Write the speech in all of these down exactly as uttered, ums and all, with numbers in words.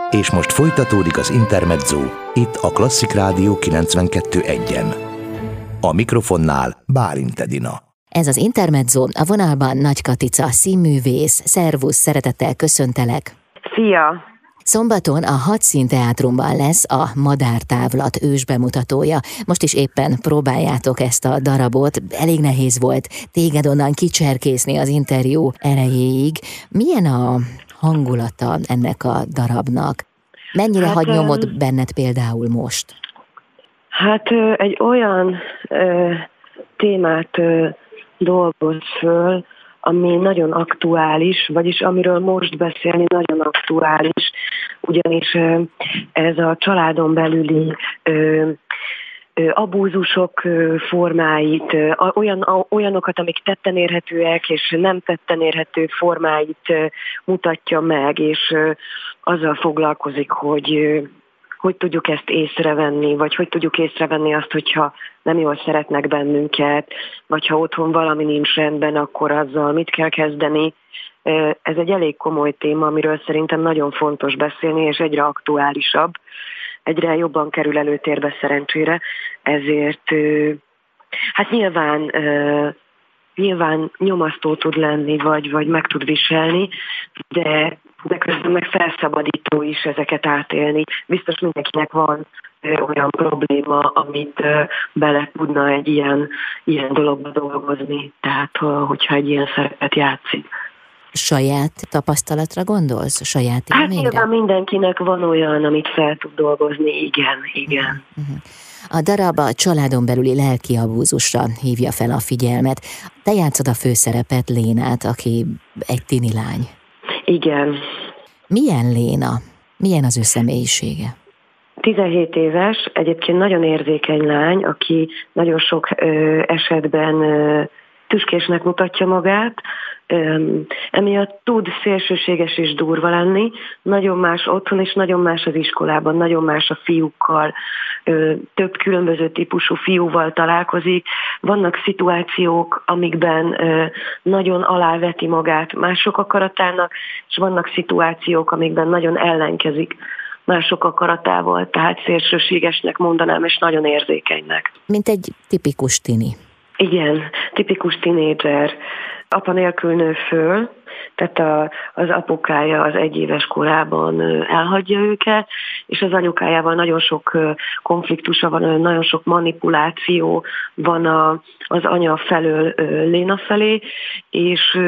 És most folytatódik az Intermezzo, itt a Klasszik Rádió kilencvenkettő egyen. A mikrofonnál Bálint Edina. Ez az Intermezzo, a vonalban Nagy Katica, színművész. Szervusz, szeretettel köszöntelek. Szia! Szombaton a Hadszín Teátrumban lesz a Madártávlat ősbemutatója. Most is éppen próbáljátok ezt a darabot. Elég nehéz volt téged onnan kicserkészni az interjú erejéig. Milyen a hangulata ennek a darabnak? Mennyire hát, hagy nyomot benned például most? Hát egy olyan ö, témát ö, dolgoz föl, ami nagyon aktuális, vagyis amiről most beszélni nagyon aktuális, ugyanis ö, ez a családon belüli ö, ö, abúzusok ö, formáit, ö, olyan, a, olyanokat, amik tetten érhetőek, és nem tetten érhető formáit ö, mutatja meg, és ö, azzal foglalkozik, hogy ö, hogy tudjuk ezt észrevenni, vagy hogy tudjuk észrevenni azt, hogyha nem jól szeretnek bennünket, vagy ha otthon valami nincs rendben, akkor azzal mit kell kezdeni. Ez egy elég komoly téma, amiről szerintem nagyon fontos beszélni, és egyre aktuálisabb, egyre jobban kerül előtérbe szerencsére, ezért hát nyilván, nyilván nyomasztó tud lenni, vagy, vagy meg tud viselni, de de közben meg felszabadító is ezeket átélni. Biztos mindenkinek van olyan probléma, amit bele tudna egy ilyen, ilyen dologba dolgozni, tehát hogyha egy ilyen szerepet játszik. Saját tapasztalatra gondolsz? Saját élményre? Hát nyilván mindenkinek van olyan, amit fel tud dolgozni, igen, igen. Uh-huh. A darab a családon belüli lelki abúzusra hívja fel a figyelmet. Te játszod a főszerepet, Lénát, aki egy tini lány. Igen. Milyen Léna? Milyen az ő személyisége? tizenhét éves, egyébként nagyon érzékeny lány, aki nagyon sok ö, esetben ö, tüskésnek mutatja magát, Öm, emiatt tud szélsőséges és durva lenni, nagyon más otthon és nagyon más az iskolában, nagyon más a fiúkkal, ö, több különböző típusú fiúval találkozik, vannak szituációk, amikben ö, nagyon aláveti magát mások akaratának, és vannak szituációk, amikben nagyon ellenkezik mások akaratával, tehát szélsőségesnek mondanám, és nagyon érzékenynek. Mint egy tipikus tini. Igen, tipikus tinédzser. Apa nélkül nő föl, tehát a, az apukája az egyéves korában elhagyja őket, és az anyukájával nagyon sok konfliktusa van, nagyon sok manipuláció van a, az anya felől Léna felé, és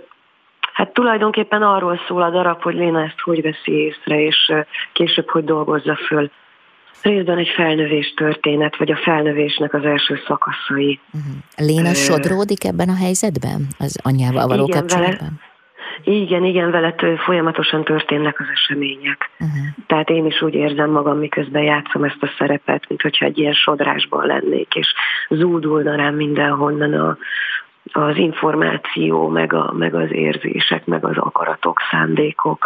hát tulajdonképpen arról szól a darab, hogy Léna ezt hogy veszi észre, és később hogy dolgozza föl. Részben egy felnövés történet, vagy a felnövésnek az első szakaszai. Uh-huh. Léna uh, sodródik ebben a helyzetben? Az anyjával való igen, kapcsolatban? Vele, igen, igen, vele folyamatosan történnek az események. Uh-huh. Tehát én is úgy érzem magam, miközben játszom ezt a szerepet, mint hogyha egy ilyen sodrásban lennék, és zúdulna rám mindenhonnan a, az információ, meg, a, meg az érzések, meg az akaratok, szándékok.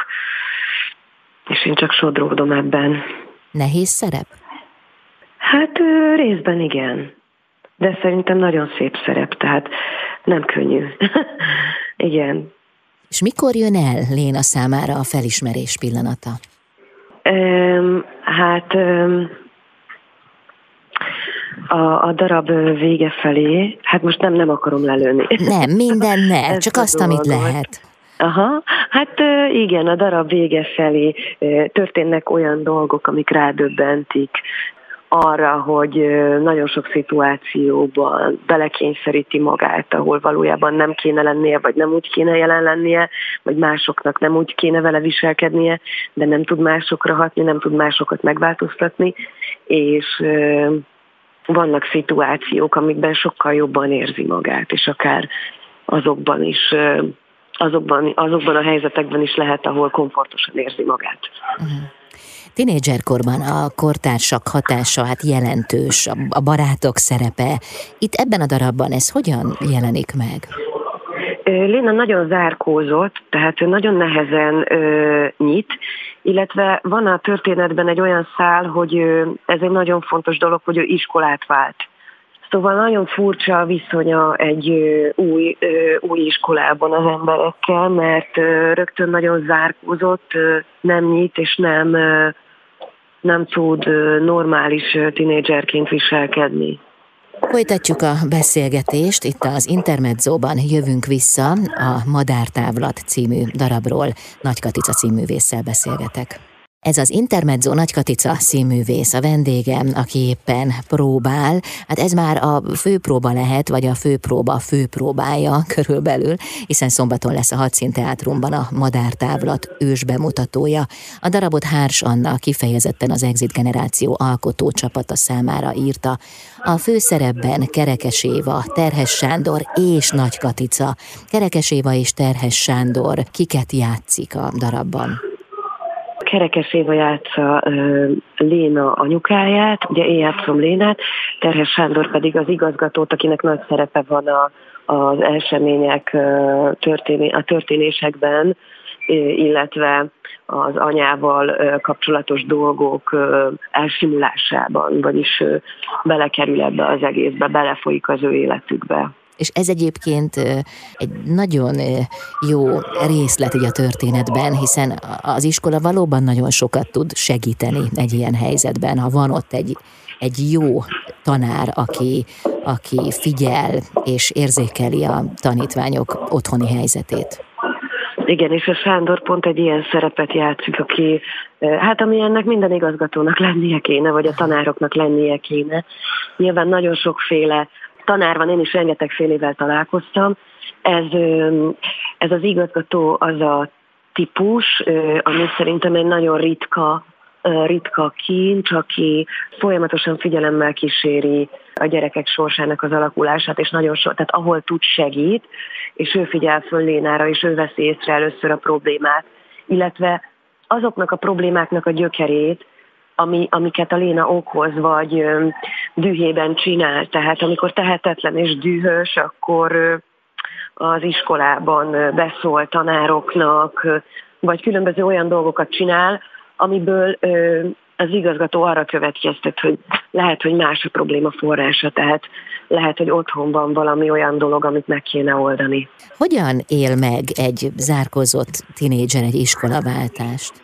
És én csak sodródom ebben. Nehéz szerep? Hát részben igen, de szerintem nagyon szép szerep, tehát nem könnyű. Igen. És mikor jön el Léna számára a felismerés pillanata? Um, hát um, a, a darab vége felé, hát most nem, nem akarom lelőni. Nem, minden ne, csak azt, amit lehet. Aha, hát igen, a darab vége felé történnek olyan dolgok, amik rádöbbentik arra, hogy nagyon sok szituációban belekényszeríti magát, ahol valójában nem kéne lennie, vagy nem úgy kéne jelen lennie, vagy másoknak nem úgy kéne vele viselkednie, de nem tud másokra hatni, nem tud másokat megváltoztatni, és vannak szituációk, amikben sokkal jobban érzi magát, és akár azokban is Azokban, azokban a helyzetekben is lehet, ahol komfortosan érzi magát. Uh-huh. Tinédzserkorban a kortársak hatása hát jelentős, a barátok szerepe. Itt ebben a darabban ez hogyan jelenik meg? Léna nagyon zárkózott, tehát nagyon nehezen ö, nyit, illetve van a történetben egy olyan szál, hogy ö, ez egy nagyon fontos dolog, hogy ő iskolát vált. Szóval nagyon furcsa a viszonya egy új, új iskolában az emberekkel, mert rögtön nagyon zárkózott, nem nyit és nem, nem tud normális tinédzserként viselkedni. Folytatjuk a beszélgetést, itt az Intermedzóban jövünk vissza a Madártávlat című darabról. Nagy Katica színművésszel beszélgetek. Ez az Intermedzó, Nagy Katica színművész a vendégem, aki éppen próbál. Hát ez már a főpróba lehet, vagy a főpróba főpróbája körülbelül, hiszen szombaton lesz a Hadszínteátrumban a Madártávlat ősbemutatója. A darabot Hárs Anna kifejezetten az Exit generáció alkotócsapata számára írta. A főszerepben Kerekes Éva, Terhes Sándor és Nagy Katica. Kerekes Éva és Terhes Sándor kiket játszik a darabban? Kerekes Éva játsza uh, Léna anyukáját, ugye én játszom Lénát, Terhes Sándor pedig az igazgatót, akinek nagy szerepe van a, az események, uh, történé, a történésekben, uh, illetve az anyával uh, kapcsolatos dolgok uh, elsimulásában, vagyis uh, belekerül ebbe az egészbe, belefolyik az ő életükbe. És ez egyébként egy nagyon jó részlet így a történetben, hiszen az iskola valóban nagyon sokat tud segíteni egy ilyen helyzetben, ha van ott egy, egy jó tanár, aki, aki figyel és érzékeli a tanítványok otthoni helyzetét. Igen, és a Sándor pont egy ilyen szerepet játszik, aki, hát ami ennek minden igazgatónak lennie kéne, vagy a tanároknak lennie kéne. Nyilván nagyon sokféle tanár van, én is rengetegfélével találkoztam. Ez, ez az igazgató az a típus, ami szerintem egy nagyon ritka, ritka kincs, aki folyamatosan figyelemmel kíséri a gyerekek sorsának az alakulását, és nagyon so, tehát ahol tud segít, és ő figyel föl Lénára, és ő veszi észre először a problémát, illetve azoknak a problémáknak a gyökerét, Ami, amiket a Léna okoz, vagy ö, dühében csinál. Tehát amikor tehetetlen és dühös, akkor ö, az iskolában ö, beszól tanároknak, ö, vagy különböző olyan dolgokat csinál, amiből ö, az igazgató arra következtet, hogy lehet, hogy más a probléma forrása, tehát lehet, hogy otthon van valami olyan dolog, amit meg kéne oldani. Hogyan él meg egy zárkózott tinédzser egy iskolaváltást?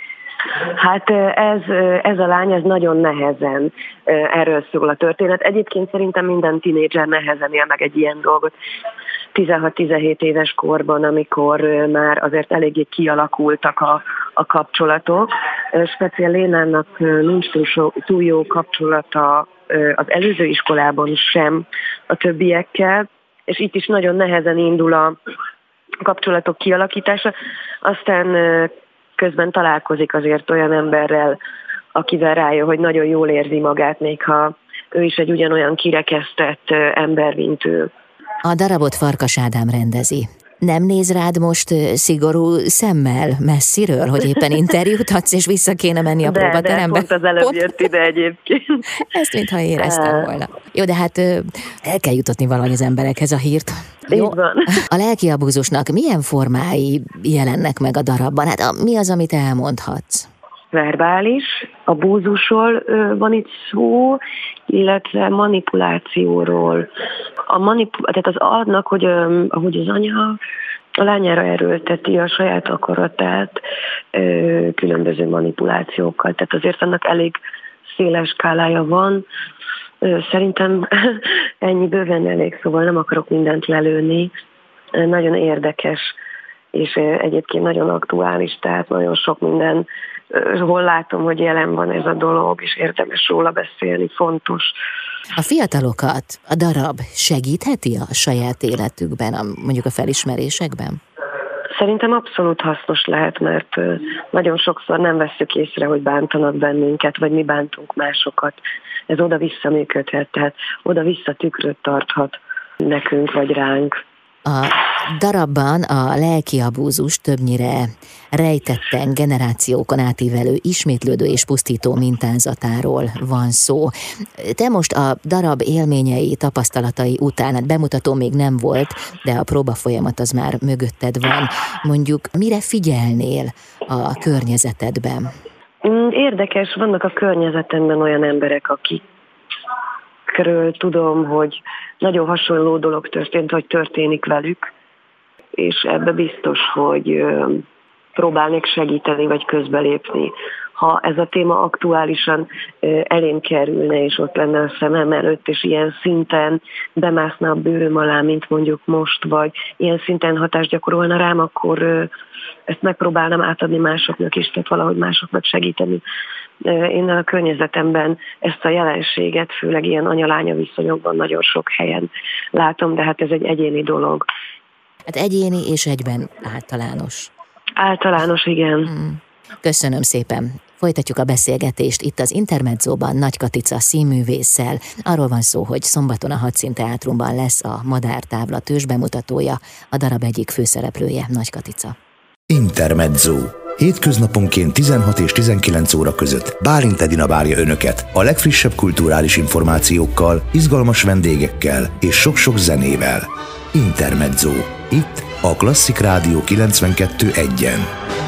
Hát ez, ez a lány, ez nagyon nehezen erről szól a történet. Egyébként szerintem minden tinédzser nehezen él meg egy ilyen dolgot. tizenhat-tizenhét éves korban, amikor már azért eléggé kialakultak a, a kapcsolatok. Speciál Lénának nincs túl, so, túl jó kapcsolata az előző iskolában sem a többiekkel, és itt is nagyon nehezen indul a kapcsolatok kialakítása. Aztán közben találkozik azért olyan emberrel, akivel rájön, hogy nagyon jól érzi magát, még ha ő is egy ugyanolyan kirekesztett ember, mint ő. A darabot Farkas Ádám rendezi. Nem néz rád most szigorú szemmel messziről, hogy éppen interjút adsz, és vissza kéne menni a de, próbaterembe? De, pont az előbb pont... jött ide egyébként. Ezt mintha éreztem volna. Jó, de hát el kell jutatni valahogy az emberekhez a hírt. Jó? Így van. A lelki abúzusnak milyen formái jelennek meg a darabban? Hát mi az, amit elmondhatsz? Verbális abúzusról van itt szó, illetve manipulációról. A manipul- tehát az adnak, hogy ahogy az anya a lányára erőlteti a saját akaratát különböző manipulációkkal. Tehát azért annak elég széles skálája van. Szerintem ennyi bőven elég, szóval nem akarok mindent lelőni. Nagyon érdekes, és egyébként nagyon aktuális, tehát nagyon sok minden, hol látom, hogy jelen van ez a dolog, és érdemes róla beszélni, fontos. A fiatalokat a darab segítheti a saját életükben, a, mondjuk a felismerésekben? Szerintem abszolút hasznos lehet, mert nagyon sokszor nem vesszük észre, hogy bántanak bennünket, vagy mi bántunk másokat. Ez oda-vissza működhet, tehát oda-vissza tükröt tarthat nekünk, vagy ránk. A darabban a lelki abúzus többnyire rejtetten generációkon átívelő, ismétlődő és pusztító mintázatáról van szó. Te most a darab élményei, tapasztalatai után, hát bemutató még nem volt, de a próbafolyamat az már mögötted van. Mondjuk mire figyelnél a környezetedben? Érdekes, vannak a környezetemben olyan emberek, akik akikről tudom, hogy nagyon hasonló dolog történt, vagy történik velük, és ebbe biztos, hogy próbálnék segíteni, vagy közbelépni. Ha ez a téma aktuálisan elém kerülne, és ott lenne a szemem előtt, és ilyen szinten bemászna a bőröm alá, mint mondjuk most, vagy ilyen szinten hatást gyakorolna rám, akkor ezt megpróbálnám átadni másoknak is, tehát valahogy másoknak segíteni. Én a környezetemben ezt a jelenséget, főleg ilyen anya-lánya viszonyokban nagyon sok helyen látom, de hát ez egy egyéni dolog. Hát egyéni és egyben általános. Általános, igen. Hmm. Köszönöm szépen. Folytatjuk a beszélgetést itt az Intermedzóban Nagy Katica színművésszel. Arról van szó, hogy szombaton a Hadszínteátrumban lesz a Madártávlat ősbemutatója, a darab egyik főszereplője Nagy Katica. Intermedzó. Hétköznaponként tizenhat és tizenkilenc óra között Bálint Edina várja önöket a legfrissebb kulturális információkkal, izgalmas vendégekkel és sok-sok zenével. Intermedzó. Itt a Klasszik Rádió kilencvenkettő egyen.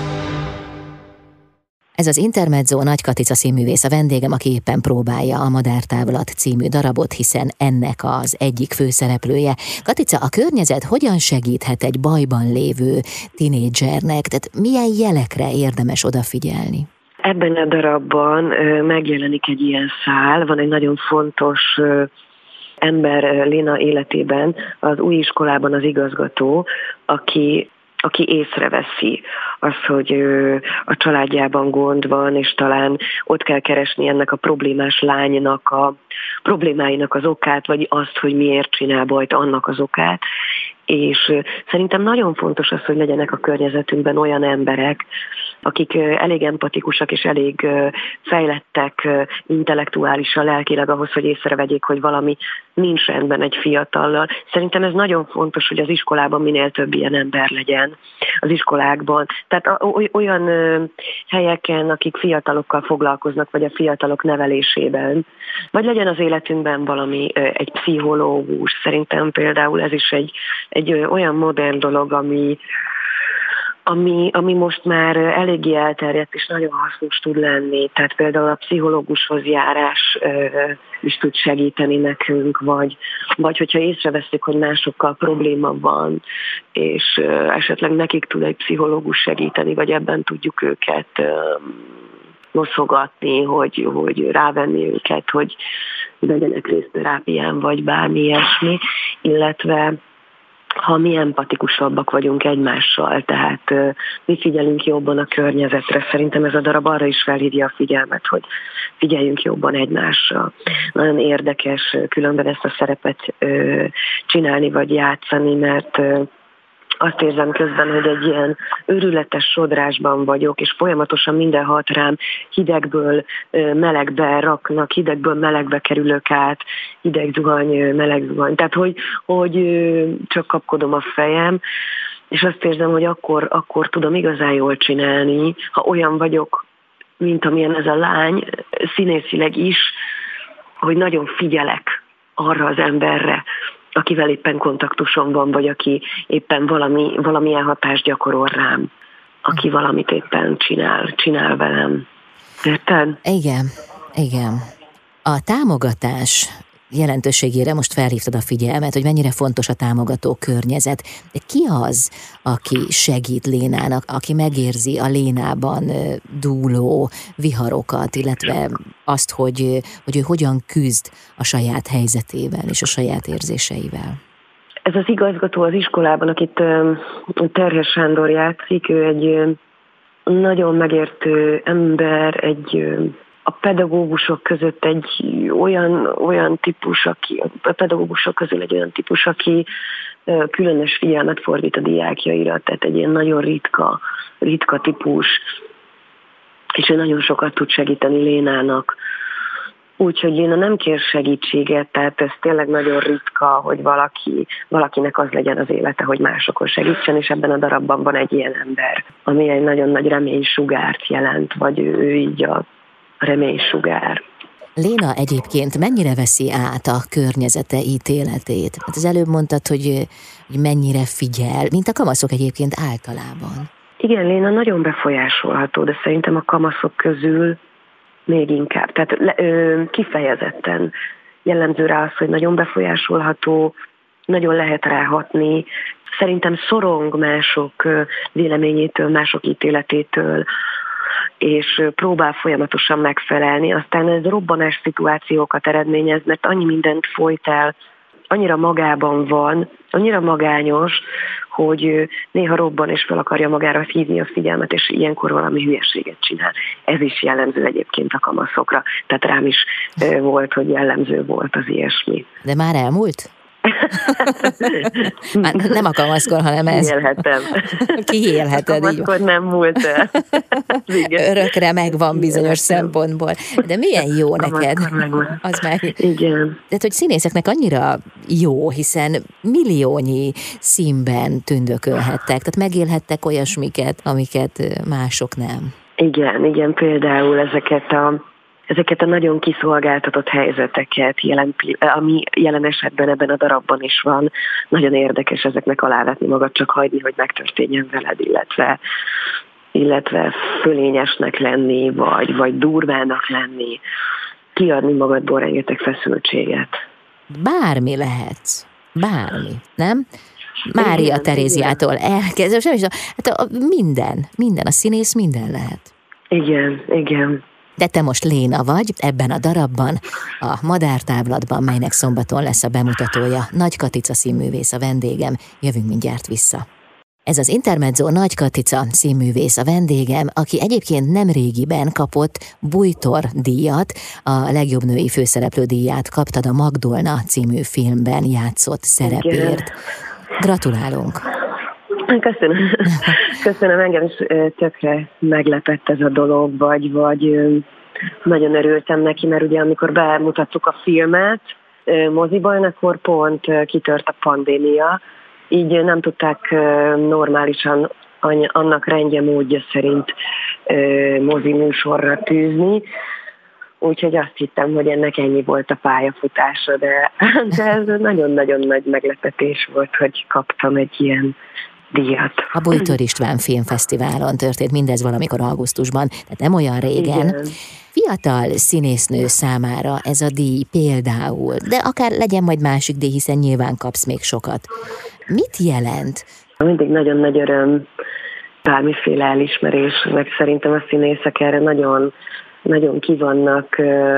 Ez az Intermedzó, Nagy Katica színművész a vendégem, aki éppen próbálja a Madártávlat című darabot, hiszen ennek az egyik főszereplője. Katica, a környezet hogyan segíthet egy bajban lévő tinédzsernek? Tehát milyen jelekre érdemes odafigyelni? Ebben a darabban megjelenik egy ilyen szál, van egy nagyon fontos ember Léna életében, az új iskolában az igazgató, aki aki észreveszi azt, hogy a családjában gond van, és talán ott kell keresni ennek a problémás lánynak a problémáinak az okát, vagy azt, hogy miért csinál bajt, annak az okát. És szerintem nagyon fontos az, hogy legyenek a környezetünkben olyan emberek, akik elég empatikusak és elég fejlettek intellektuálisan, lelkileg ahhoz, hogy észrevegyék, hogy valami nincs rendben egy fiatallal. Szerintem ez nagyon fontos, hogy az iskolában minél több ilyen ember legyen az iskolákban. Tehát olyan helyeken, akik fiatalokkal foglalkoznak, vagy a fiatalok nevelésében, vagy legyen az életünkben valami, egy pszichológus. Szerintem például ez is egy, egy olyan modern dolog, ami Ami, ami most már eléggé elterjedt és nagyon hasznos tud lenni. Tehát például a pszichológushoz járás ö, is tud segíteni nekünk, vagy, vagy hogyha észreveszünk, hogy másokkal probléma van, és ö, esetleg nekik tud egy pszichológus segíteni, vagy ebben tudjuk őket ö, noszogatni, hogy, hogy rávenni őket, hogy vegyenek részt terápián, vagy bármi ilyesmi, illetve ha mi empatikusabbak vagyunk egymással, tehát uh, mi figyelünk jobban a környezetre. Szerintem ez a darab arra is felhívja a figyelmet, hogy figyeljünk jobban egymásra. Nagyon érdekes különben ezt a szerepet uh, csinálni vagy játszani, mert uh, azt érzem közben, hogy egy ilyen őrületes sodrásban vagyok, és folyamatosan minden hat rám, hidegből melegbe raknak, hidegből melegbe kerülök át, hideg zuhany, meleg zuhany. Tehát, hogy, hogy csak kapkodom a fejem, és azt érzem, hogy akkor, akkor tudom igazán jól csinálni, ha olyan vagyok, mint amilyen ez a lány, színészileg is, hogy nagyon figyelek arra az emberre, akivel éppen kontaktusom van, vagy aki éppen valami, valamilyen hatást gyakorol rám, aki valamit éppen csinál, csinál velem. Érted? Igen, igen. A támogatás jelentőségére most felhívtad a figyelmet, hogy mennyire fontos a támogató környezet. De ki az, aki segít Lénának, aki megérzi a Lénában dúló viharokat, illetve azt, hogy, hogy ő hogyan küzd a saját helyzetével és a saját érzéseivel? Ez az igazgató az iskolában, akit Terhes Sándor játszik, ő egy nagyon megértő ember, egy a pedagógusok között egy olyan, olyan típus, aki, a pedagógusok közül egy olyan típus, aki különös figyelmet fordít a diákjaira, tehát egy ilyen nagyon ritka, ritka típus, és ő nagyon sokat tud segíteni Lénának. Úgyhogy Léna nem kér segítséget, tehát ez tényleg nagyon ritka, hogy valaki, valakinek az legyen az élete, hogy másokon segítsen, és ebben a darabban van egy ilyen ember, ami egy nagyon nagy reménysugárt jelent, vagy ő, ő így a reménysugár. Léna egyébként mennyire veszi át a környezete ítéletét? Hát az előbb mondtad, hogy, hogy mennyire figyel, mint a kamaszok egyébként általában. Igen, Léna nagyon befolyásolható, de szerintem a kamaszok közül még inkább. Tehát ö, kifejezetten jellemző rá az, hogy nagyon befolyásolható, nagyon lehet ráhatni. Szerintem szorong mások véleményétől, mások ítéletétől, és próbál folyamatosan megfelelni. Aztán ez robbanás szituációkat eredményez, mert annyi mindent folyt el, annyira magában van, annyira magányos, hogy néha robban és fel akarja magára hívni a figyelmet, és ilyenkor valami hülyeséget csinál. Ez is jellemző egyébként a kamaszokra. Tehát rám is volt, hogy jellemző volt az ilyesmi. De már elmúlt? Már nem a kamaszkor, hanem ez. Kiélhetem. Kiélheted. A kamaszkor nem múlt el. Örökre megvan bizonyos szempontból. De milyen jó neked. Az meg. Igen. De hogy színészeknek annyira jó, hiszen milliónyi színben tündökölhettek, tehát megélhettek olyasmiket, amiket mások nem. Igen, igen, például ezeket a Ezeket a nagyon kiszolgáltatott helyzeteket, jelen, ami jelen esetben ebben a darabban is van, nagyon érdekes ezeknek alávetni magad, csak hagyni, hogy megtörténjen veled, illetve, illetve fölényesnek lenni, vagy, vagy durvának lenni, kiadni magadból rengeteg feszültséget. Bármi lehetsz, bármi, nem? Mária Teréziától elkezdve, sem is, hát a, minden, minden, a színész minden lehet. Igen, igen. De te most Léna vagy ebben a darabban, a Madártávlatban, melynek szombaton lesz a bemutatója. Nagy Katica színművész a vendégem, jövünk mindjárt vissza. Ez az Intermezzo, Nagy Katica színművész a vendégem, aki egyébként nem régiben kapott Bújtor díjat, a legjobb női főszereplő díját kaptad a Magdolna című filmben játszott szerepért. Gratulálunk! Köszönöm. Köszönöm, engem is tökre meglepett ez a dolog, vagy, vagy nagyon örültem neki, mert ugye amikor bemutattuk a filmet moziban, akkor pont kitört a pandémia, így nem tudták normálisan annak rendje módja szerint mozi műsorra tűzni, úgyhogy azt hittem, hogy ennek ennyi volt a pályafutása, de, de ez nagyon-nagyon nagy meglepetés volt, hogy kaptam egy ilyen díjat. A Bújtor István Filmfesztiválon történt mindez valamikor augusztusban, tehát nem olyan régen. Igen. Fiatal színésznő számára ez a díj például, de akár legyen majd másik díj, hiszen nyilván kapsz még sokat. Mit jelent? Mindig nagyon nagy öröm bármiféle elismerés, meg szerintem a színészek erre nagyon, nagyon ki vannak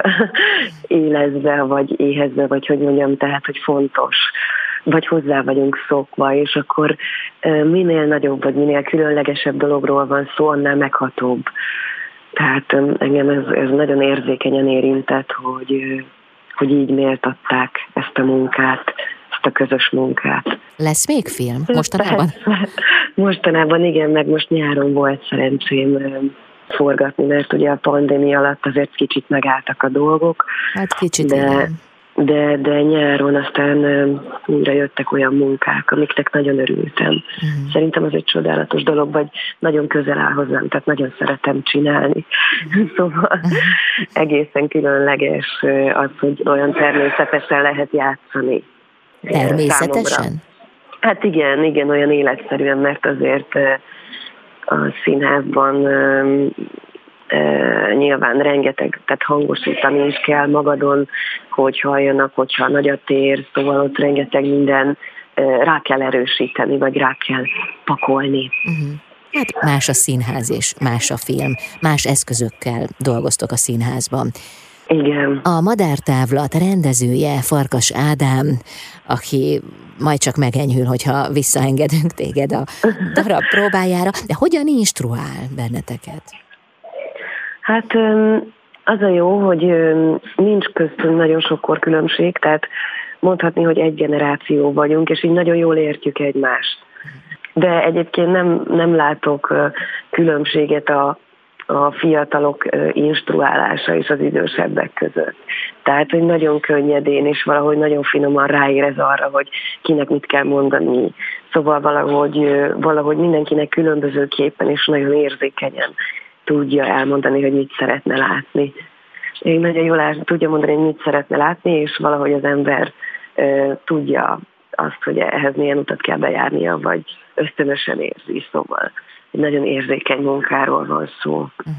élezve, vagy éhezve, vagy hogy mondjam, tehát, hogy fontos, vagy hozzá vagyunk szokva, és akkor minél nagyobb, vagy minél különlegesebb dologról van szó, annál meghatóbb. Tehát engem ez, ez nagyon érzékenyen érintett, hogy, hogy így méltatták ezt a munkát, ezt a közös munkát. Lesz még film mostanában? Mostanában igen, meg most nyáron volt szerencsém forgatni, mert ugye a pandémia alatt azért kicsit megálltak a dolgok. Hát kicsit de, igen. De, de nyáron aztán újra jöttek olyan munkák, amiknek nagyon örültem. Uh-huh. Szerintem ez egy csodálatos dolog, vagy nagyon közel áll hozzám, tehát nagyon szeretem csinálni. Uh-huh. Szóval uh-huh. egészen különleges az, hogy olyan természetesen lehet játszani. Természetesen? Számomra. Hát igen, igen, olyan életszerűen, mert azért a színházban Uh, nyilván rengeteg, tehát hangosítani is kell magadon, hogy halljanak, hogyha nagy a tér, szóval ott rengeteg minden uh, rá kell erősíteni, vagy rá kell pakolni. Uh-huh. Hát más a színház és más a film, más eszközökkel dolgoztok a színházban. Igen. A Madártávlat rendezője Farkas Ádám, aki majd csak megenyhül, hogyha visszaengedünk téged a darab próbájára, de hogyan instruál benneteket? Hát az a jó, hogy nincs köztünk nagyon sok korkülönbség, tehát mondhatni, hogy egy generáció vagyunk, és így nagyon jól értjük egymást. De egyébként nem, nem látok különbséget a, a fiatalok instruálása és az idősebbek között. Tehát, hogy nagyon könnyedén és valahogy nagyon finoman ráérez arra, hogy kinek mit kell mondani. Szóval valahogy, valahogy mindenkinek különbözőképpen és nagyon érzékenyen tudja elmondani, hogy mit szeretne látni. Én nagyon jól tudja mondani, hogy mit szeretne látni, és valahogy az ember e, tudja azt, hogy ehhez milyen utat kell bejárnia, vagy ösztönösen érzi, szóval egy nagyon érzékeny munkáról van szó. Uh-huh.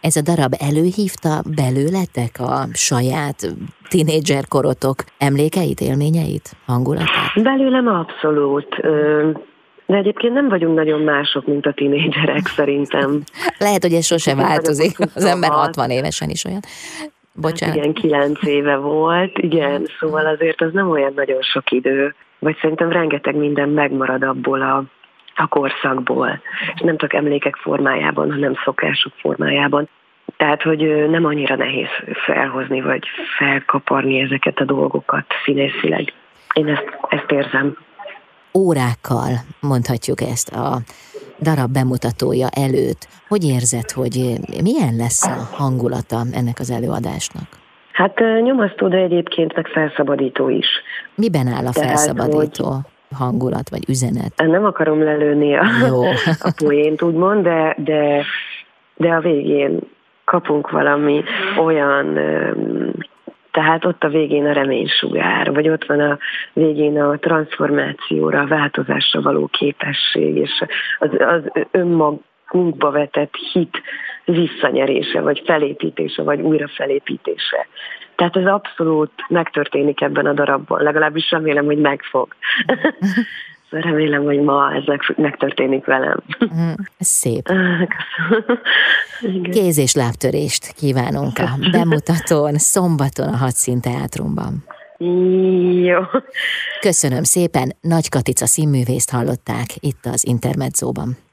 Ez a darab előhívta belőletek a saját tínédzser korotok emlékeit, élményeit, hangulatát? Belőlem abszolút. De egyébként nem vagyunk nagyon mások, mint a tínédzserek szerintem. Lehet, hogy ez sose változik. Az ember hatvan évesen is olyan. Bocsánat. Hát igen, kilenc éve volt, igen, szóval azért az nem olyan nagyon sok idő. Vagy szerintem rengeteg minden megmarad abból a, a korszakból. És nem csak emlékek formájában, hanem szokások formájában. Tehát, hogy nem annyira nehéz felhozni, vagy felkaparni ezeket a dolgokat színészileg. Én ezt, ezt érzem. Órákkal mondhatjuk ezt a darab bemutatója előtt. Hogy érzed, hogy milyen lesz a hangulata ennek az előadásnak? Hát nyomasztó, de egyébként meg felszabadító is. Miben áll a felszabadító Tehát, hangulat vagy üzenet? Nem akarom lelőni a, a poént, úgymond, de, de, de a végén kapunk valami olyan... Tehát ott a végén a reménysugár, vagy ott van a végén a transformációra, a változásra való képesség, és az, az önmagunkba vetett hit visszanyerése, vagy felépítése, vagy újra felépítése. Tehát ez abszolút megtörténik ebben a darabban, legalábbis remélem, hogy megfog. Remélem, hogy ma ez megtörténik velem. Mm, ez szép. Kéz- és lábtörést kívánunk a bemutatón, szombaton a Hadszínteátrumban. Jó. Köszönöm szépen, Nagy Katica színművészt hallották itt az Intermedzóban.